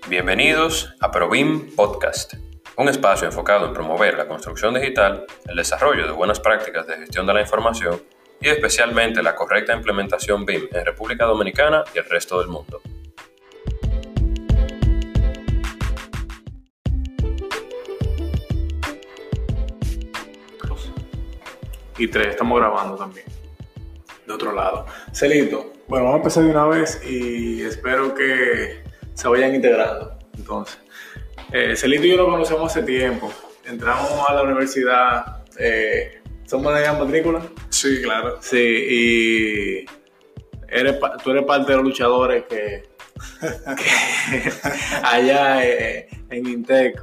Bienvenidos a ProBIM Podcast, un espacio enfocado en promover la construcción digital, el desarrollo de buenas prácticas de gestión de la información y especialmente la correcta implementación BIM en República Dominicana y el resto del mundo. Y 3, estamos grabando también, de otro lado. Celito, bueno, vamos a empezar de una vez y espero que se vayan integrando. Entonces, Celito y yo lo conocemos hace tiempo. Entramos a la universidad, ¿somos de la matrícula? Sí, claro. Sí, y tú eres parte de los luchadores que allá en Intec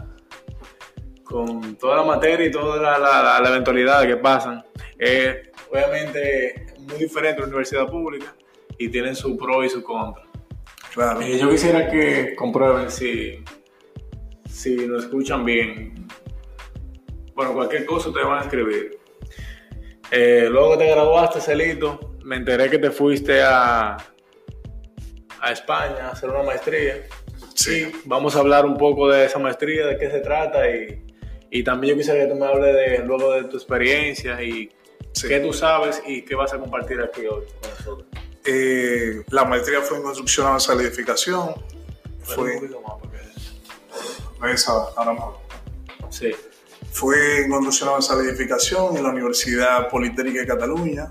con toda la materia y toda la eventualidad que pasan. Obviamente muy diferente a la universidad pública y tienen su pro y su contra. Claro. Yo quisiera que comprueben si nos escuchan bien. Bueno, cualquier cosa ustedes van a escribir. Luego que te graduaste, Celito, me enteré que te fuiste a España a hacer una maestría. Sí. Vamos a hablar un poco de esa maestría, de qué se trata y también yo quisiera que tú me hables luego de tu experiencia y qué tú sabes y qué vas a compartir aquí hoy con nosotros. La maestría fue en construcción avanzada de edificación. Fue un poquito más porque... esa, ahora mejor. Sí. Fue en construcción avanzada de edificación en la Universidad Politécnica de Cataluña.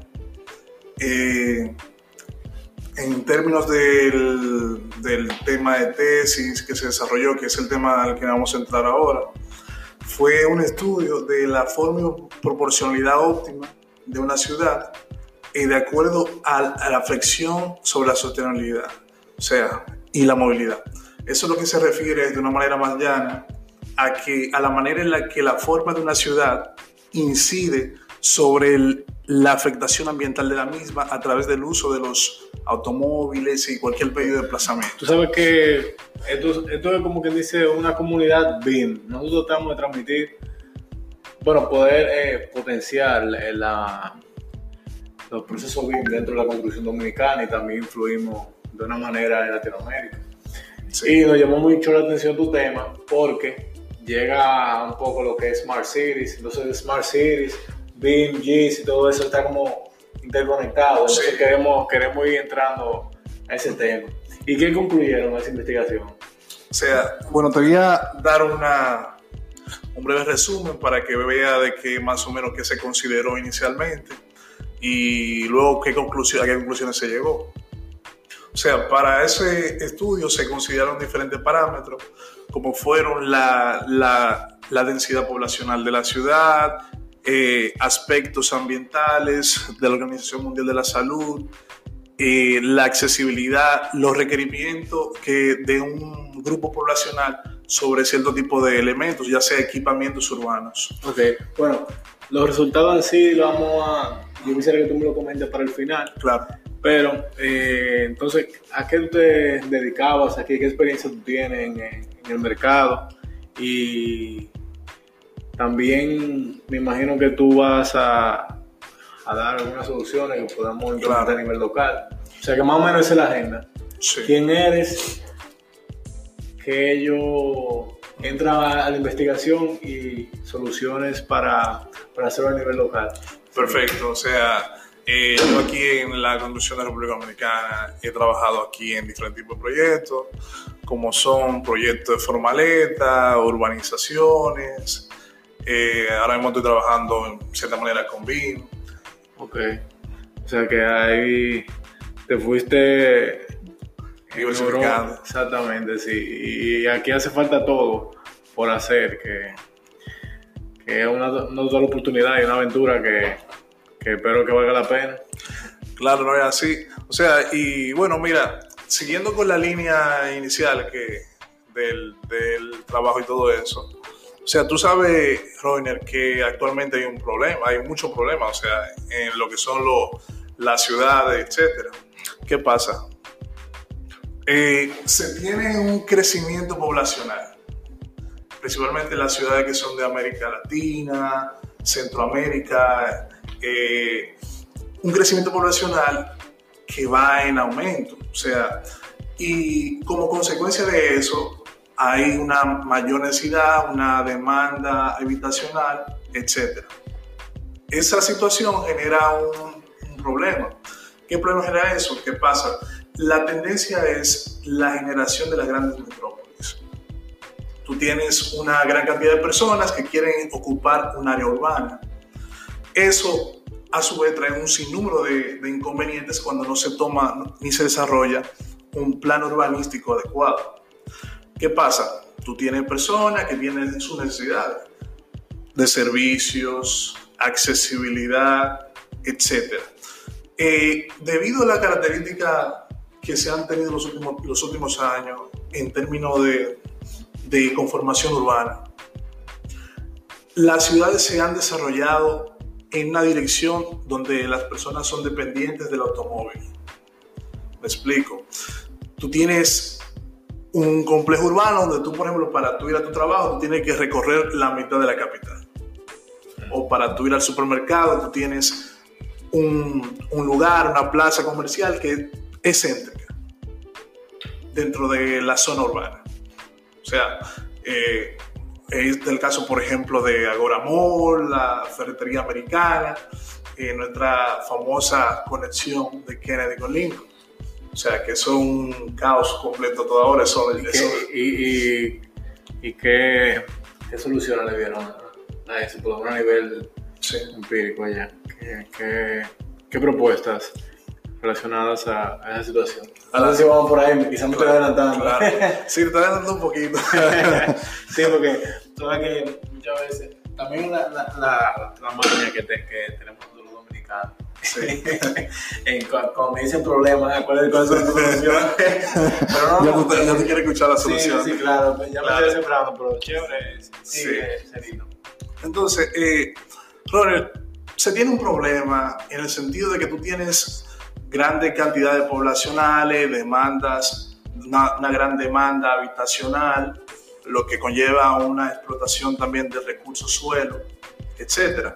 En términos del tema de tesis que se desarrolló, que es el tema al que vamos a entrar ahora, fue un estudio de la forma y proporcionalidad óptima de una ciudad de acuerdo a la flexión sobre la sostenibilidad, o sea, y la movilidad. Eso es lo que se refiere de una manera más llana a la manera en la que la forma de una ciudad incide sobre la afectación ambiental de la misma a través del uso de los automóviles y cualquier medio de desplazamiento. Tú sabes que esto es como quien dice una comunidad BIM. Nosotros tratamos de transmitir, bueno, poder potenciar los procesos BIM dentro de la construcción dominicana y también influimos de una manera en Latinoamérica. Sí. Y nos llamó mucho la atención tu tema porque llega un poco lo que es Smart Cities. Entonces Smart Cities, BIM, GIS y todo eso está como interconectado. Entonces sí. queremos ir entrando a ese tema. ¿Y qué concluyeron esa investigación? O sea, bueno, te voy a dar un breve resumen para que vea de qué más o menos qué se consideró inicialmente y luego a qué conclusiones se llegó. O sea, para ese estudio se consideraron diferentes parámetros, como fueron la densidad poblacional de la ciudad, aspectos ambientales de la Organización Mundial de la Salud, la accesibilidad, los requerimientos de un grupo poblacional sobre cierto tipo de elementos, ya sea equipamientos urbanos. Ok, bueno, los resultados en sí yo quisiera que tú me lo comentes para el final. Claro. Pero, entonces, ¿a qué tú te dedicabas? ¿A qué experiencia tú tienes en el mercado? Y también me imagino que tú vas a dar algunas soluciones que podamos implementar a nivel local. O sea, que más o menos esa es la agenda. Sí. ¿Quién eres? Que ellos entran a la investigación y soluciones para hacerlo a nivel local. Perfecto, o sea, yo aquí en la construcción de la República Dominicana he trabajado aquí en diferentes tipos de proyectos, como son proyectos de formaleta, urbanizaciones. Ahora mismo estoy trabajando en cierta manera con BIM. Ok, o sea que ahí te fuiste diversificando. Exactamente, sí. Y aquí hace falta todo por hacer, que es una total oportunidad y una aventura que espero que valga la pena. Claro, no es así. O sea, y bueno, mira, siguiendo con la línea inicial del trabajo y todo eso, o sea, tú sabes, Roiner, que actualmente hay muchos problemas, o sea, en lo que son las ciudades, etcétera. ¿Qué pasa? Se tiene un crecimiento poblacional, principalmente en las ciudades que son de América Latina, Centroamérica, un crecimiento poblacional que va en aumento, o sea, Y como consecuencia de eso, hay una mayor necesidad, una demanda habitacional, etc. Esa situación genera un problema. ¿Qué problema genera eso? ¿Qué pasa? La tendencia es la generación de las grandes metrópolis. Tú tienes una gran cantidad de personas que quieren ocupar un área urbana. Eso, a su vez, trae un sinnúmero de inconvenientes cuando no se toma ni se desarrolla un plan urbanístico adecuado. ¿Qué pasa? Tú tienes personas que tienen sus necesidades de servicios, accesibilidad, etc. Debido a la característica que se han tenido los últimos años en términos de conformación urbana, las ciudades se han desarrollado en una dirección donde las personas son dependientes del automóvil. Me explico. Tú tienes un complejo urbano donde tú, por ejemplo, para tú ir a tu trabajo, tú tienes que recorrer la mitad de la capital. O para tú ir al supermercado, tú tienes un lugar, una plaza comercial que es céntrica dentro de la zona urbana. O sea, es el caso, por ejemplo, de Agora Mall, la Ferretería Americana, nuestra famosa conexión de Kennedy con Lincoln. O sea, que eso es un caos completo toda hora. ¿Y qué soluciones le dieron a eso, por lo menos a nivel empírico allá? ¿Qué propuestas relacionadas a esa situación? Ahora sí vamos por ahí, quizás me estoy adelantando. Claro. Sí, te estoy adelantando un poquito. Sí, porque sabes que muchas veces, también la manía que tenemos los dominicanos. Sí. Cuando me dicen problemas, ¿cuál es la solución? Pero ya te quiero escuchar la solución. Sí, claro, ya me estoy desesperando, pero chévere, serino. Entonces, Ronald, se tiene un problema en el sentido de que tú tienes grandes cantidades poblacionales, demandas, una gran demanda habitacional, lo que conlleva una explotación también de recursos suelo, etc.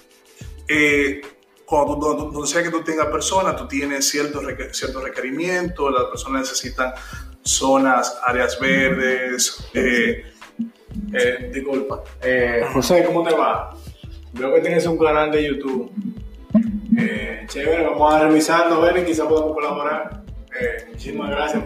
Donde sea que tú tengas personas, tú tienes ciertos requerimientos, las personas necesitan zonas, áreas verdes. Disculpa, José, ¿cómo te va? Veo que tienes un canal de YouTube. Chévere, vamos a revisarlo, ver y quizás podamos colaborar. Muchísimas gracias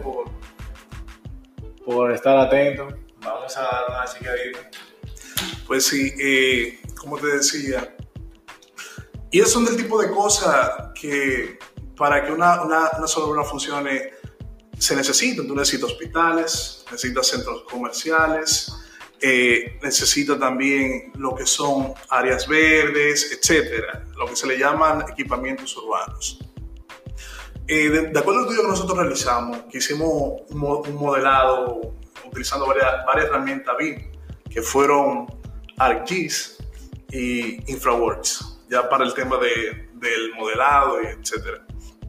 por estar atento. Vamos a dar una chicadita. Pues sí, como te decía, y esos son del tipo de cosas que para que una sola urbana funcione se necesitan. Tú necesitas hospitales, necesitas centros comerciales, necesita también lo que son áreas verdes, etcétera, lo que se le llaman equipamientos urbanos. De acuerdo al estudio que nosotros realizamos, que hicimos un modelado utilizando varias herramientas BIM, que fueron ArcGIS y InfraWorks, ya para el tema del modelado, etcétera.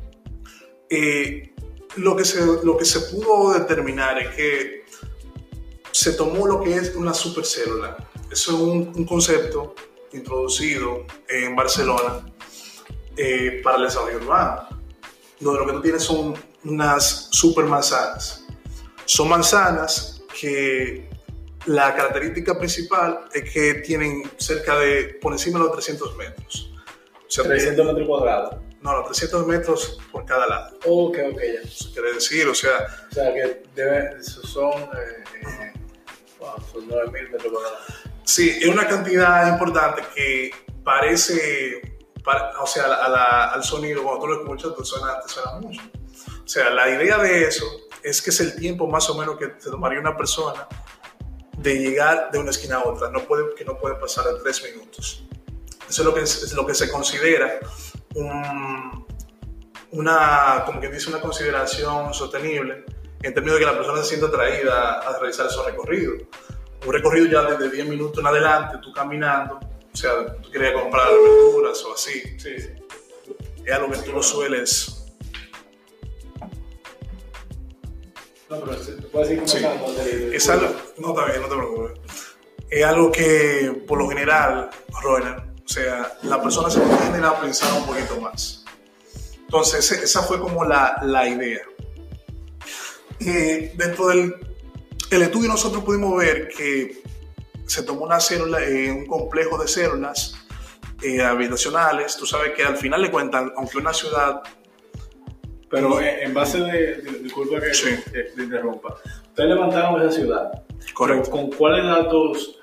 Lo que se pudo determinar es que se tomó lo que es una supercélula. Eso es un concepto introducido en Barcelona para el desarrollo urbano, donde lo que tú tienes son unas supermanzanas. Son manzanas que la característica principal es que tienen cerca de, por encima de los 300 metros. O sea, 300 metros cuadrados. No, 300 metros por cada lado. Ok, ya. Eso quiere decir, o sea que son 9.000 metros cuadrados. Sí, es una cantidad importante que parece, o sea, al sonido, cuando tú lo escuchas, te suena mucho. O sea, la idea de eso es que es el tiempo más o menos que te tomaría una persona de llegar de una esquina a otra. No puede pasar de 3 minutos. Eso es lo que se considera como quien dice, una consideración sostenible en términos de que la persona se sienta atraída a realizar esos recorridos. Un recorrido ya desde 10 minutos en adelante, tú caminando, o sea, tú querías comprar verduras o así. Sí. Es algo que tú no sueles. No, pero puedes ir comentando. Sí. Es algo, no, está bien, no te preocupes. Es algo que, por lo general, Ronald, o sea, la persona se tiende a pensar un poquito más. Entonces, esa fue como la idea. Dentro del estudio nosotros pudimos ver que se tomó una célula, un complejo de células habitacionales. Tú sabes que al final de cuentas, aunque una ciudad... Pero en base disculpa que te interrumpa, ustedes levantaron esa ciudad. Correcto. ¿Con cuáles datos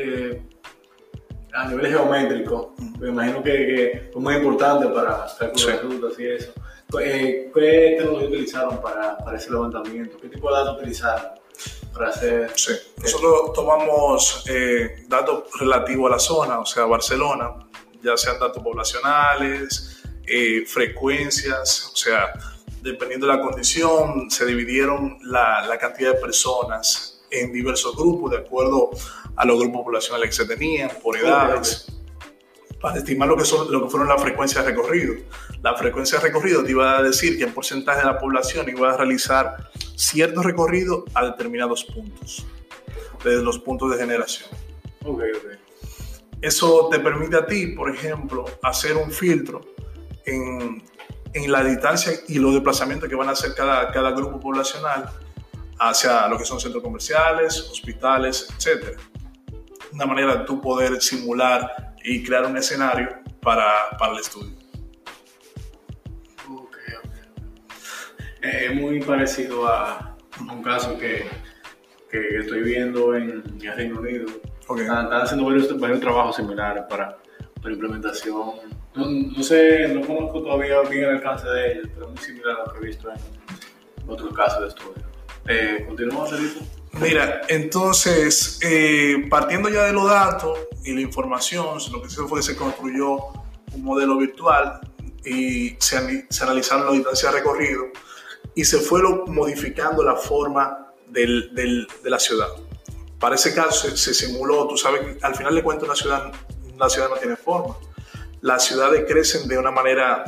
a nivel geométrico? Me imagino que es muy importante para calcular rutas y eso. ¿Qué tecnología utilizaron para ese levantamiento? ¿Qué tipo de datos utilizaron para hacer? Sí, nosotros tomamos datos relativos a la zona, o sea, Barcelona, ya sean datos poblacionales, frecuencias, o sea, dependiendo de la condición, se dividieron la cantidad de personas en diversos grupos de acuerdo a los grupos poblacionales que se tenían, por edades, para estimar lo que fueron las frecuencias de recorrido. La frecuencia de recorrido te iba a decir que el porcentaje de la población iba a realizar cierto recorrido a determinados puntos, desde los puntos de generación. Okay. Eso te permite a ti, por ejemplo, hacer un filtro en la distancia y los desplazamientos que van a hacer cada grupo poblacional hacia lo que son centros comerciales, hospitales, etc. Una manera de tú poder simular y crear un escenario para el estudio. Okay. Es muy parecido a un caso que estoy viendo en el Reino Unido. Okay. Están haciendo varios trabajos similares para implementación. No sé, no conozco todavía bien el alcance de ellos, pero es muy similar a lo que he visto en otros casos de estudio. ¿Continuamos, Celito? Mira, entonces, partiendo ya de los datos y la información, lo que se fue que se construyó un modelo virtual y se analizaron las distancias recorridas y se fue modificando la forma de la ciudad. Para ese caso se simuló, tú sabes que al final de cuentas una ciudad no tiene forma. Las ciudades crecen de una manera,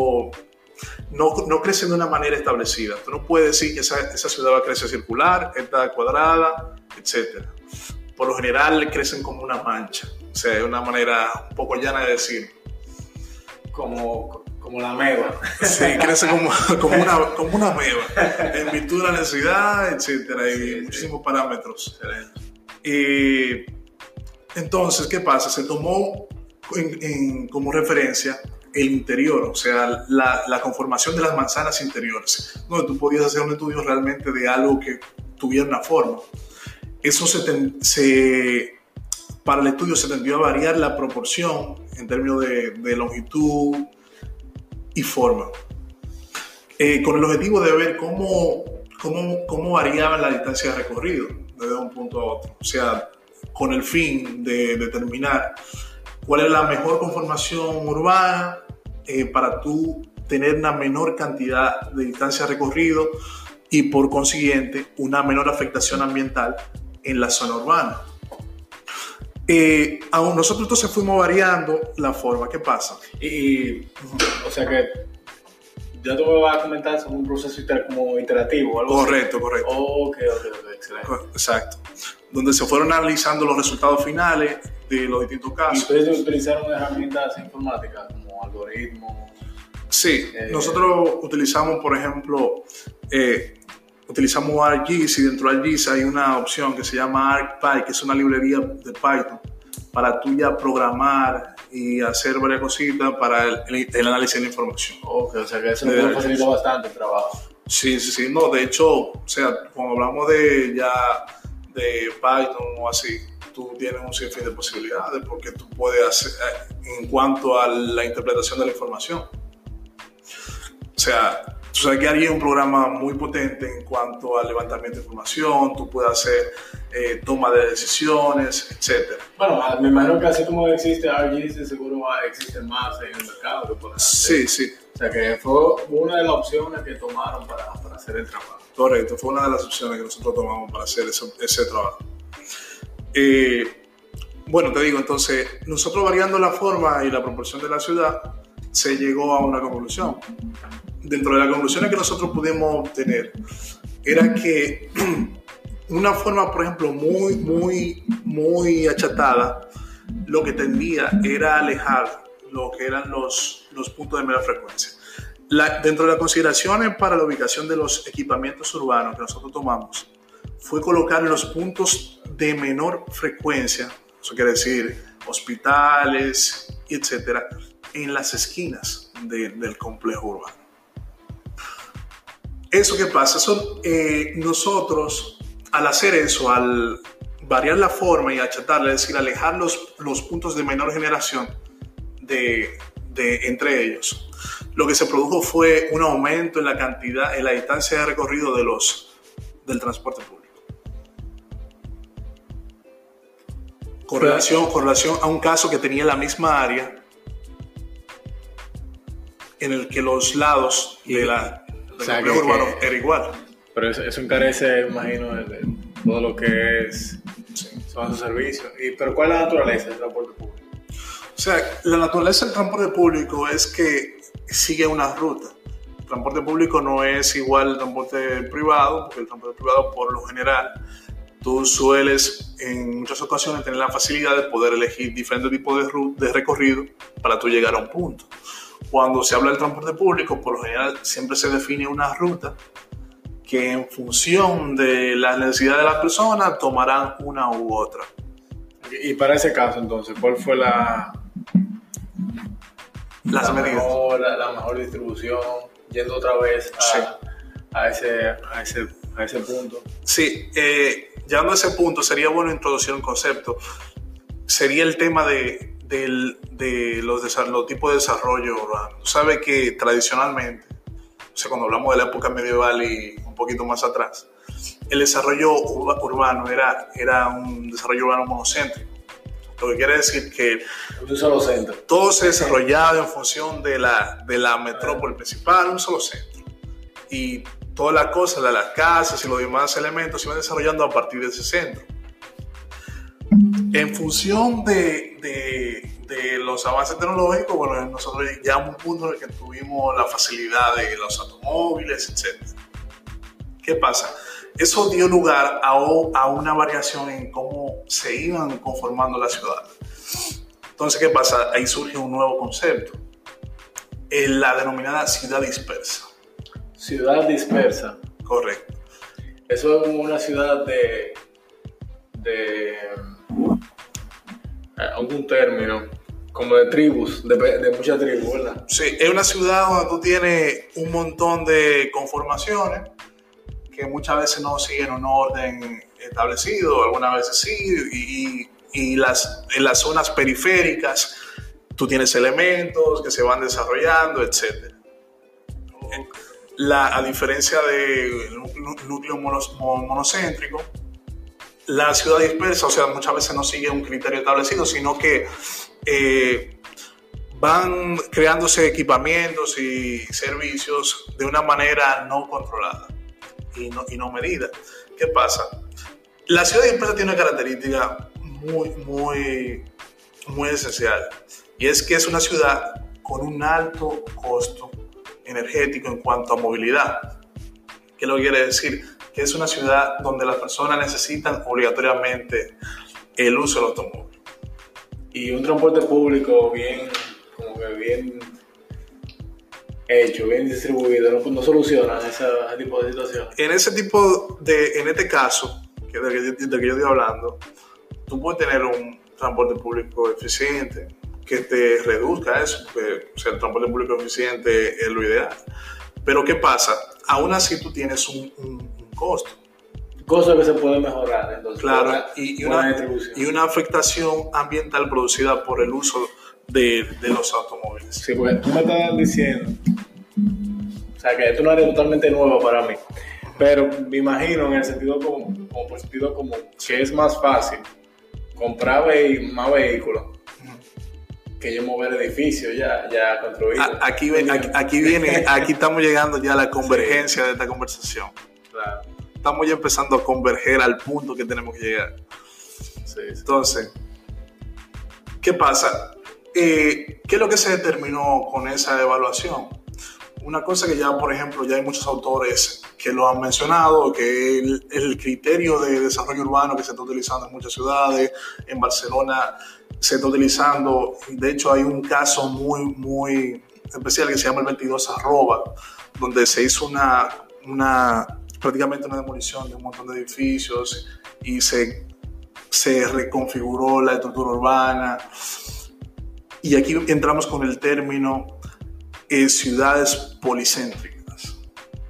no crecen de una manera establecida. Tú no puedes decir que esa ciudad va a crecer circular, esta cuadrada, etc. Por lo general crecen como una mancha. O sea, es una manera un poco llana de decir. Como la ameba. Sí, crece como una ameba. En virtud de la necesidad, etc. Y muchísimos parámetros. Y entonces, ¿qué pasa? Se tomó como referencia el interior, o sea, la conformación de las manzanas interiores, donde tú podías hacer un estudio realmente de algo que tuviera una forma. Eso para el estudio se tendió a variar la proporción en términos de longitud y forma, con el objetivo de ver cómo variaban las distancias de recorrido desde un punto a otro, o sea, con el fin de determinar cuál es la mejor conformación urbana para tú tener una menor cantidad de distancia recorrido y por consiguiente una menor afectación ambiental en la zona urbana. Aún nosotros entonces fuimos variando la forma. ¿Qué pasa? O sea que ya tú me vas a comentar sobre un proceso como iterativo. ¿Algo correcto. Ok, excelente. Exacto. Donde se fueron analizando los resultados finales de los distintos casos. ¿Y ustedes utilizaron herramientas informáticas como algoritmos? Sí, nosotros utilizamos, por ejemplo, utilizamos ArcGIS y dentro de ArcGIS hay una opción que se llama ArcPy, que es una librería de Python para tú ya programar y hacer varias cositas para el análisis de la información. Ok, o sea que eso nos facilita bastante el trabajo. Sí, no, de hecho, o sea, cuando hablamos de Python o así, tú tienes un sinfín de posibilidades porque tú puedes hacer en cuanto a la interpretación de la información. O sea, tú sabes que ArcGIS es un programa muy potente en cuanto al levantamiento de información, tú puedes hacer toma de decisiones, etc. Bueno, me imagino que así como existe ArcGIS, seguro existen más en el mercado que pueden hacer. Sí. O sea que fue una de las opciones que tomaron para hacer el trabajo. Correcto, fue una de las opciones que nosotros tomamos para hacer ese trabajo. Bueno, te digo, entonces, nosotros variando la forma y la proporción de la ciudad, se llegó a una conclusión. Dentro de las conclusiones que nosotros pudimos obtener, era que una forma, por ejemplo, muy achatada, lo que tendía era alejar lo que eran los puntos de media frecuencia. Dentro de las consideraciones para la ubicación de los equipamientos urbanos que nosotros tomamos, fue colocar los puntos de menor frecuencia, eso quiere decir hospitales, etcétera, en las esquinas del complejo urbano. ¿Eso qué pasa? Nosotros, al hacer eso, al variar la forma y achatarla, es decir, alejar los puntos de menor generación entre ellos, lo que se produjo fue un aumento en la cantidad, en la distancia de recorrido del transporte público. Con relación a un caso que tenía la misma área, en el que los lados del complejo urbano era igual. Pero eso encarece, imagino, de todo lo que es son sus servicios. Pero ¿cuál es la naturaleza del transporte público? O sea, la naturaleza del transporte público es que sigue una ruta. El transporte público no es igual al transporte privado, porque el transporte privado, por lo general, tú sueles en muchas ocasiones tener la facilidad de poder elegir diferentes tipos de recorrido para tú llegar a un punto. Cuando se habla del transporte público, por lo general siempre se define una ruta que en función de las necesidades de las personas tomarán una u otra. Y para ese caso, entonces, ¿cuál fue la mejor distribución, yendo otra vez a ese punto? Sí, llegando a ese punto, sería bueno introducir un concepto. Sería el tema de los tipos de desarrollo urbano. Sabe que tradicionalmente, o sea, cuando hablamos de la época medieval y un poquito más atrás, el desarrollo urbano era un desarrollo urbano monocéntrico. Lo que quiere decir que un solo centro. Todo se desarrollaba en función de la metrópoli principal, un solo centro. Y todas las cosas, las casas y los demás elementos se iban desarrollando a partir de ese centro. En función de los avances tecnológicos, bueno, nosotros llegamos a un punto en el que tuvimos la facilidad de los automóviles, etc. ¿Qué pasa? Eso dio lugar a una variación en cómo se iban conformando las ciudades. Entonces, ¿qué pasa? Ahí surge un nuevo concepto, la denominada ciudad dispersa. Ciudad dispersa. Correcto. Eso es una ciudad de algún término, como de tribus, de muchas tribus, ¿verdad? Sí, es una ciudad donde tú tienes un montón de conformaciones que muchas veces no siguen un orden establecido, algunas veces sí, y en las zonas periféricas tú tienes elementos que se van desarrollando, etc. A diferencia del núcleo monocéntrico, la ciudad dispersa, o sea, muchas veces no sigue un criterio establecido, sino que van creándose equipamientos y servicios de una manera no controlada y no medida. ¿Qué pasa? La ciudad dispersa tiene una característica muy esencial, y es que es una ciudad con un alto costo energético en cuanto a movilidad. ¿Qué lo quiere decir? Que es una ciudad donde las personas necesitan obligatoriamente el uso del automóvil. Y un transporte público bien hecho, bien distribuido, no soluciona ese tipo de situaciones. En este caso, del que yo estoy hablando, tú puedes tener un transporte público eficiente que te reduzca eso, porque el transporte público eficiente es lo ideal. Pero ¿qué pasa? Aún así tú tienes un costo. Cosas que se pueden mejorar, entonces. Claro, y una afectación ambiental producida por el uso de los automóviles. Sí, porque tú me estás diciendo, o sea, que esto no es totalmente nuevo para mí, pero me imagino en el sentido común, que es más fácil comprar más vehículos que yo mover edificios ya construidos. Aquí estamos llegando ya a la convergencia de esta conversación. Claro. Estamos ya empezando a converger al punto que tenemos que llegar. Sí. Entonces, ¿qué pasa? ¿Qué es lo que se determinó con esa evaluación? Una cosa que ya, por ejemplo, ya hay muchos autores que lo han mencionado, que el criterio de desarrollo urbano que se está utilizando en muchas ciudades, en Barcelona se está utilizando, de hecho hay un caso muy especial que se llama el 22 Arroba, donde se hizo prácticamente una demolición de un montón de edificios y se reconfiguró la estructura urbana. Y aquí entramos con el término ciudades policéntricas.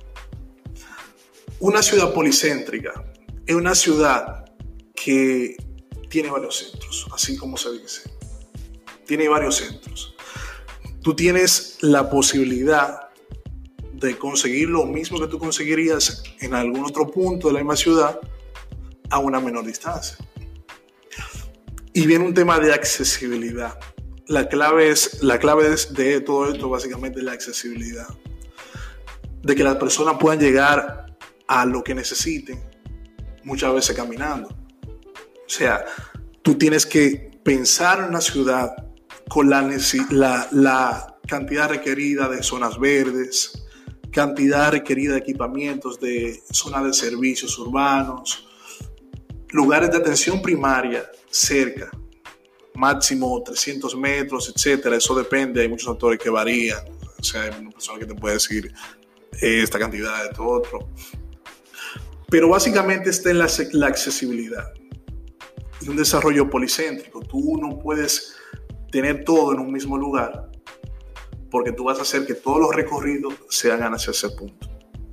Una ciudad policéntrica es una ciudad que tiene varios centros, así como se dice. Tiene varios centros. Tú tienes la posibilidad de conseguir lo mismo que tú conseguirías en algún otro punto de la misma ciudad a una menor distancia. Y viene un tema de accesibilidad. La clave de todo esto básicamente es la accesibilidad. De que las personas puedan llegar a lo que necesiten, muchas veces caminando. O sea, tú tienes que pensar en una ciudad con la cantidad requerida de zonas verdes, cantidad requerida de equipamientos, de zonas de servicios urbanos, lugares de atención primaria cerca, máximo 300 metros, etcétera. Eso depende, hay muchos factores que varían. O sea, hay una persona que te puede decir esta cantidad, esto otro. Pero básicamente está en la accesibilidad y un desarrollo policéntrico. Tú no puedes tener todo en un mismo lugar porque tú vas a hacer que todos los recorridos se hagan hacia ese punto.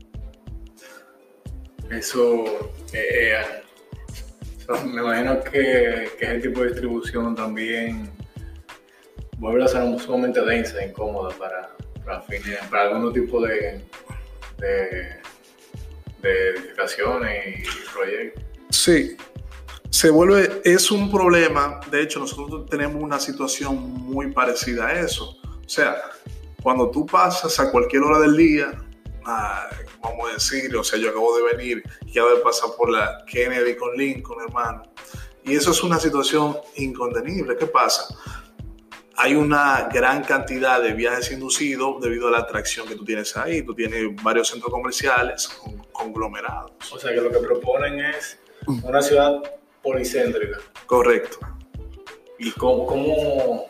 Eso, me imagino que ese tipo de distribución también vuelve a ser sumamente densa e incómoda para algún tipo de edificaciones y proyectos. Sí, es un problema. De hecho, nosotros tenemos una situación muy parecida a eso. O sea, cuando tú pasas a cualquier hora del día, vamos a decir, o sea, yo acabo de venir y acabo de pasar por la Kennedy con Lincoln, hermano, y eso es una situación incontenible. ¿Qué pasa? Hay una gran cantidad de viajes inducidos debido a la atracción que tú tienes ahí. Tú tienes varios centros comerciales conglomerados. O sea, que lo que proponen es una ciudad policéntrica. Correcto. ¿Y cómo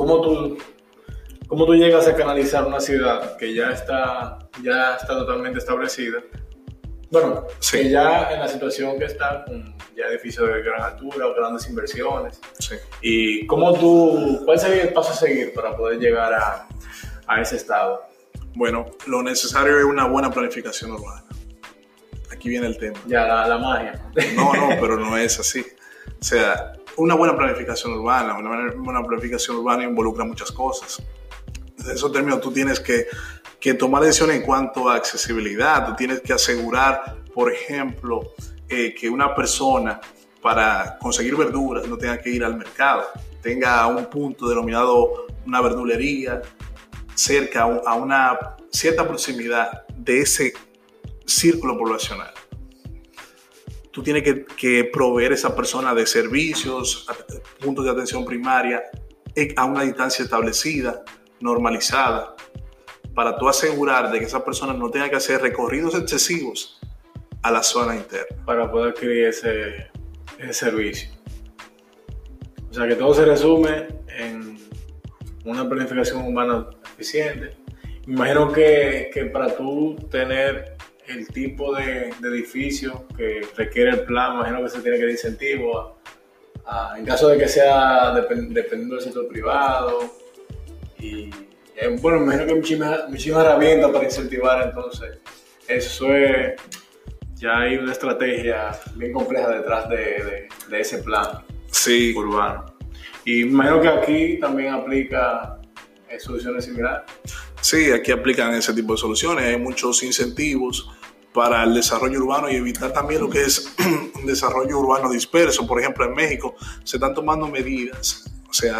tú llegas a canalizar una ciudad que ya está totalmente establecida? Bueno, sí. Que ya en la situación que está, con ya edificios de gran altura o grandes inversiones. Sí. ¿Y cuál sería el paso a seguir para poder llegar a ese estado? Bueno, lo necesario es una buena planificación urbana. Aquí viene el tema. Ya, la magia. No, pero no es así. O sea, una buena planificación urbana involucra muchas cosas. En esos términos, tú tienes que tomar decisiones en cuanto a accesibilidad. Tú tienes que asegurar, por ejemplo, que una persona para conseguir verduras no tenga que ir al mercado, tenga un punto denominado una verdulería cerca a una cierta proximidad de ese círculo poblacional. Tú tienes que proveer a esa persona de servicios, puntos de atención primaria a una distancia establecida, normalizada, para tú asegurar de que esa persona no tenga que hacer recorridos excesivos a la zona interna. Para poder adquirir ese servicio. O sea, que todo se resume en una planificación urbana eficiente. Me imagino que para tú tener el tipo de edificio que requiere el plan, imagino que se tiene que dar incentivo en caso de que sea dependiendo del sector privado. Y bueno, me imagino que hay muchísimas herramientas para incentivar. Entonces eso es, ya hay una estrategia bien compleja detrás de ese plan urbano. Y me imagino que aquí también aplica soluciones similares. Sí, aquí aplican ese tipo de soluciones. Hay muchos incentivos para el desarrollo urbano y evitar también lo que es un desarrollo urbano disperso. Por ejemplo, en México se están tomando medidas. O sea,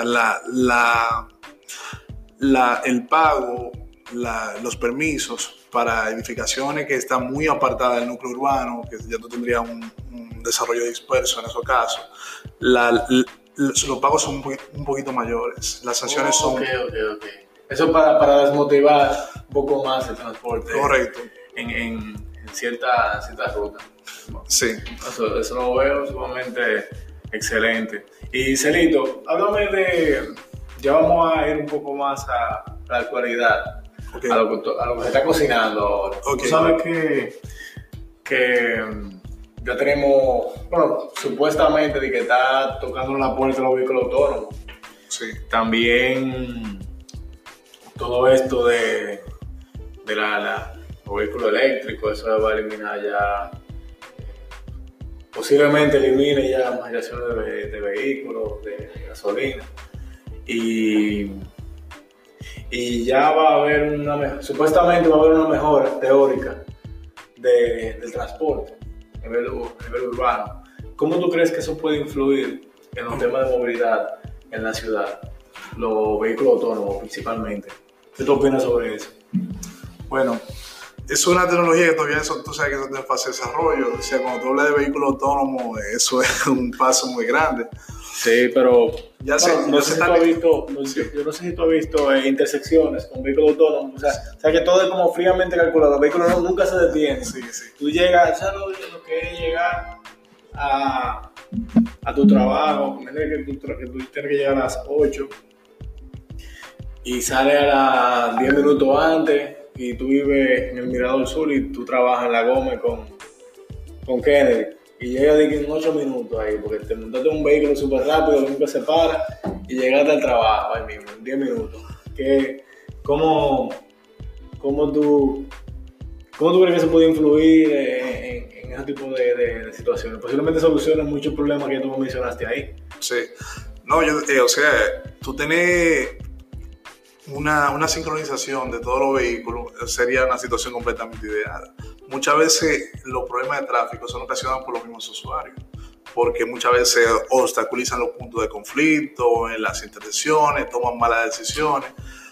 el pago, los permisos para edificaciones que están muy apartadas del núcleo urbano, que ya tú tendrías un desarrollo disperso en esos casos. Los pagos son un poquito mayores. Las sanciones son... Ok. Eso para desmotivar un poco más el transporte. Correcto. En ciertas rutas. Sí. Eso lo veo sumamente excelente. Y Celito, háblame ya vamos a ir un poco más la actualidad, Okay. a lo que se está cocinando ahora. Okay. Tú sabes que ya tenemos, bueno, supuestamente de que está tocando la puerta de los vehículos autónomos. Sí. También todo esto de los vehículos eléctricos, eso va a eliminar ya, posiblemente elimine ya más generaciones de vehículos, de gasolina. Y ya va a haber supuestamente va a haber una mejora teórica del transporte a nivel urbano. ¿Cómo tú crees que eso puede influir en los temas de movilidad en la ciudad? Los vehículos autónomos principalmente. ¿Qué tú opinas sobre eso? Bueno, es una tecnología que todavía tú sabes que eso está en fase de desarrollo. O sea, cuando tú hablas de vehículos autónomos, eso es un paso muy grande. Sí, pero yo no sé si tú has visto intersecciones con vehículos autónomos. O sea que todo es como fríamente calculado. Los vehículos nunca se detienen. Sí. Tú llegas, ¿sabes lo que es llegar a tu trabajo? Que tú tienes que llegar a las 8 y sales a las 10 minutos antes y tú vives en el Mirador Sur y tú trabajas en La Gómez con Kennedy. Y llegas en 8 minutos ahí, porque te montaste en un vehículo súper rápido, nunca se para, y llegaste al trabajo ahí mismo, en 10 minutos. ¿Cómo tú crees que se puede influir en ese tipo de situaciones? Posiblemente soluciones muchos problemas que tú mencionaste ahí. Sí. No, o sea, tú tenés una sincronización de todos los vehículos sería una situación completamente ideal. Muchas veces los problemas de tráfico son ocasionados por los mismos usuarios, porque muchas veces obstaculizan los puntos de conflicto, en las intersecciones, toman malas decisiones.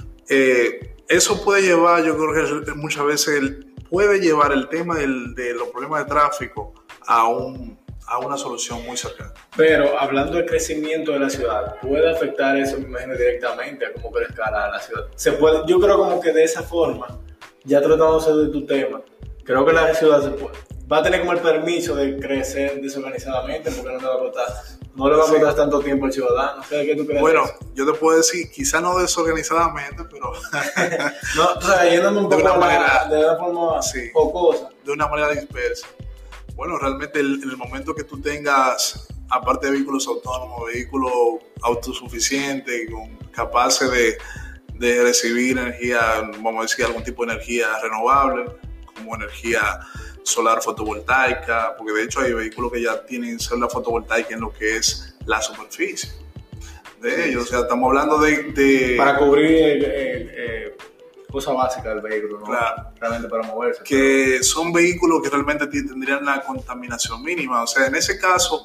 Eso puede llevar, yo creo que muchas veces puede llevar el tema de los problemas de tráfico a una solución muy cercana. Pero hablando del crecimiento de la ciudad, ¿puede afectar eso, me imagino, directamente a cómo crezca la ciudad? Yo creo como que de esa forma, ya tratándose de tu tema, creo que la ciudad va a tener como el permiso de crecer desorganizadamente, porque no le va a costar tanto tiempo al ciudadano. ¿Qué tú crees? Bueno, yo te puedo decir, quizá no desorganizadamente, pero no, o sea, yéndome un poco de una forma sí, jocosa. De una manera dispersa. Bueno, realmente en el momento que tú tengas, aparte de vehículos autónomos, vehículos autosuficientes, capaces de recibir energía, vamos a decir, algún tipo de energía renovable, como energía solar fotovoltaica, porque de hecho hay vehículos que ya tienen célula fotovoltaica en lo que es la superficie de ellos. O sea, estamos hablando de para cubrir cosa básica del vehículo, ¿no? Claro. Realmente para moverse. Que son vehículos que realmente tendrían la contaminación mínima. O sea, en ese caso,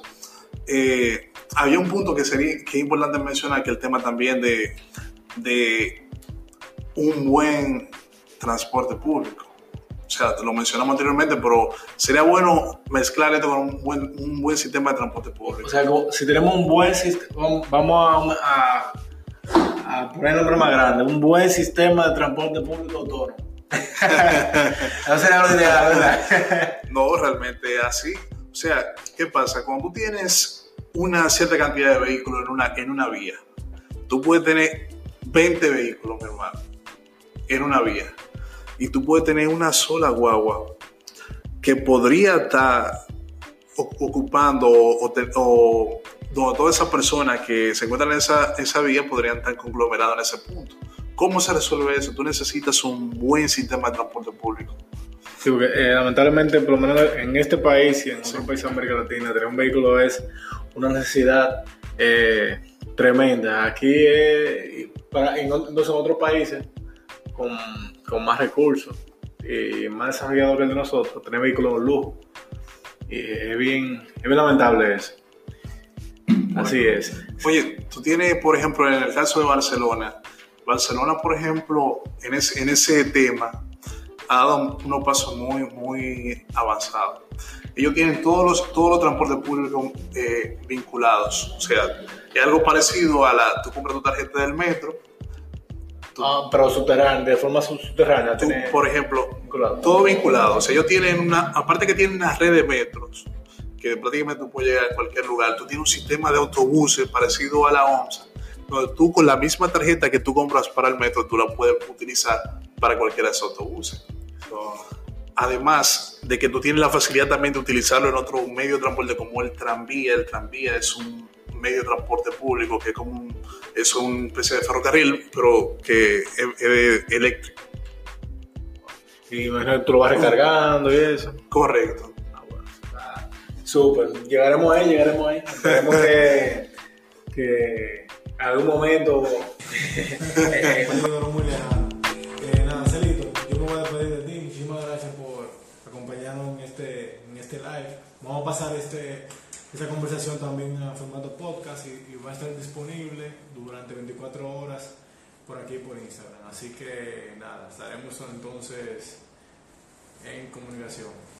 había un punto que es importante mencionar, que el tema también de un buen transporte público. O sea, te lo mencionamos anteriormente, pero sería bueno mezclar esto con un buen sistema de transporte público. O sea, si tenemos un buen sistema, vamos a poner el nombre más grande, un buen sistema de transporte público autónomo. No sería lo ideal, ¿verdad? No, realmente es así. O sea, ¿qué pasa? Cuando tú tienes una cierta cantidad de vehículos en una vía, tú puedes tener 20 vehículos, mi hermano, en una vía. Y tú puedes tener una sola guagua que podría estar ocupando o todas esas personas que se encuentran en esa vía podrían estar conglomeradas en ese punto. ¿Cómo se resuelve eso? Tú necesitas un buen sistema de transporte público. Sí, porque lamentablemente, por lo menos en este país y en otros países de América Latina, tener un vehículo es una necesidad tremenda. Aquí, en otros países con más recursos y más desarrollados que el de nosotros, tener vehículos de lujo. Y es bien lamentable eso. Bueno, así es. Oye, tú tienes, por ejemplo, en el caso de Barcelona, por ejemplo, en ese tema ha dado unos pasos muy, muy avanzados. Ellos tienen todos los transportes públicos vinculados. O sea, es algo parecido tú compras tu tarjeta del metro. Pero subterránea, de forma subterránea. Por ejemplo, todo vinculado. O sea, ellos tienen aparte que tienen una red de metros, que prácticamente tú puedes llegar a cualquier lugar. Tú tienes un sistema de autobuses parecido a la OMSA, No, tú con la misma tarjeta que tú compras para el metro, tú la puedes utilizar para cualquiera de esos autobuses. Además de que tú tienes la facilidad también de utilizarlo en otro medio de transporte como el tranvía. El tranvía es un medio de transporte público que es una especie de ferrocarril, pero que es eléctrico. Y imagino que tú lo vas recargando y eso. Correcto. Bueno. Súper. Llegaremos ahí. Esperemos que en algún momento... muy lejano. Nada, Celito, yo me voy a despedir de ti. Muchísimas gracias por acompañarnos en este live. Vamos a pasar esta conversación también a formato podcast y va a estar disponible durante 24 horas por aquí por Instagram. Así que nada, estaremos entonces en comunicación.